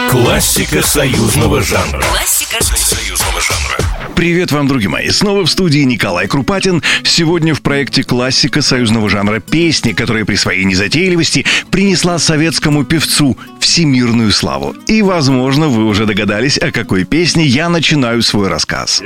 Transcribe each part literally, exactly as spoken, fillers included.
Классика союзного жанра. Классика союзного жанра. Привет вам, друзья мои. Снова в студии Николай Крупатин. Сегодня в проекте «Классика союзного жанра» песни, которая при своей незатейливости принесла советскому певцу всемирную славу. И, возможно, вы уже догадались, о какой песне я начинаю свой рассказ.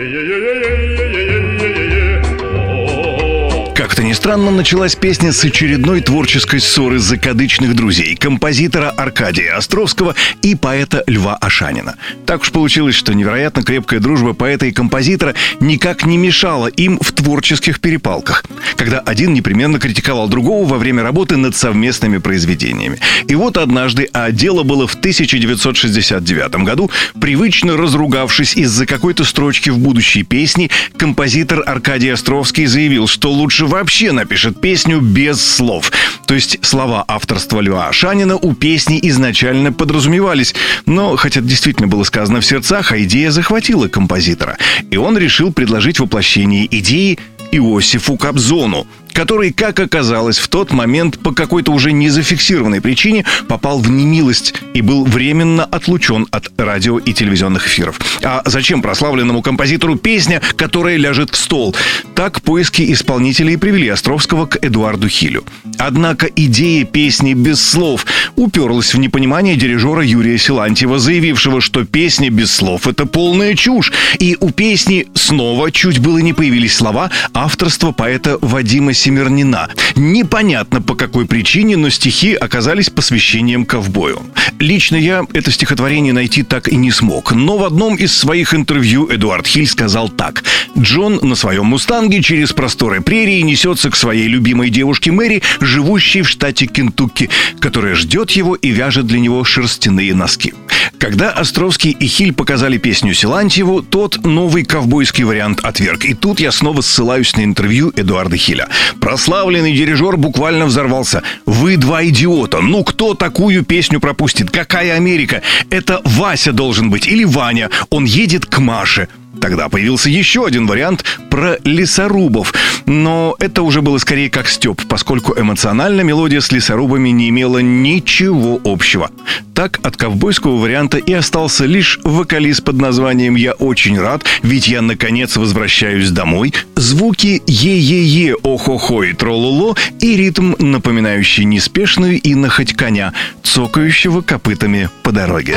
Как-то ни странно, началась песня с очередной творческой ссоры закадычных друзей композитора Аркадия Островского и поэта Льва Ашанина. Так уж получилось, что невероятно крепкая дружба поэта и композитора никак не мешала им в творческих перепалках, когда один непременно критиковал другого во время работы над совместными произведениями. И вот однажды, а дело было в тысяча девятьсот шестьдесят девятом году, привычно разругавшись из-за какой-то строчки в будущей песне, композитор Аркадий Островский заявил, что лучше вообще напишет песню без слов. То есть слова авторства Льва Ашанина у песни изначально подразумевались. Но, хотя это действительно было сказано в сердцах, а идея захватила композитора. И он решил предложить воплощение идеи Иосифу Кобзону, который, как оказалось, в тот момент по какой-то уже не зафиксированной причине попал в немилость и был временно отлучен от радио и телевизионных эфиров. А зачем прославленному композитору песня, которая ляжет в стол? Так поиски исполнителей привели Островского к Эдуарду Хилю. Однако идея песни без слов уперлась в непонимание дирижера Юрия Силантьева, заявившего, что песня без слов — это полная чушь. И у песни снова чуть было не появились слова авторства поэта Вадима Семернина. Непонятно по какой причине, но стихи оказались посвящением ковбою. Лично я это стихотворение найти так и не смог. Но в одном из своих интервью Эдуард Хиль сказал так: «Джон на своем мустанге через просторы прерии несется к своей любимой девушке Мэри, живущей в штате Кентукки, которая ждет его и вяжет для него шерстяные носки». Когда Островский и Хиль показали песню Силантьеву, тот новый ковбойский вариант отверг. И тут я снова ссылаюсь на интервью Эдуарда Хиля. Прославленный дирижер буквально взорвался. «Вы два идиота! Ну кто такую песню пропустит? Какая Америка? Это Вася должен быть или Ваня. Он едет к Маше». Тогда появился еще один вариант про лесорубов. Но это уже было скорее как стёб, поскольку эмоционально мелодия с лесорубами не имела ничего общего. Так от ковбойского варианта и остался лишь вокалист под названием «Я очень рад, ведь я наконец возвращаюсь домой», звуки «е-е-е», «о-хо-хо» и «трололо» и ритм, напоминающий неспешную инохоть коня, цокающего копытами по дороге.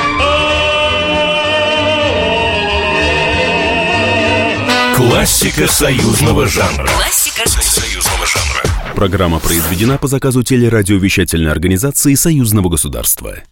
Классика союзного жанра. Классика союзного жанра. Программа произведена по заказу телерадиовещательной организации Союзного государства.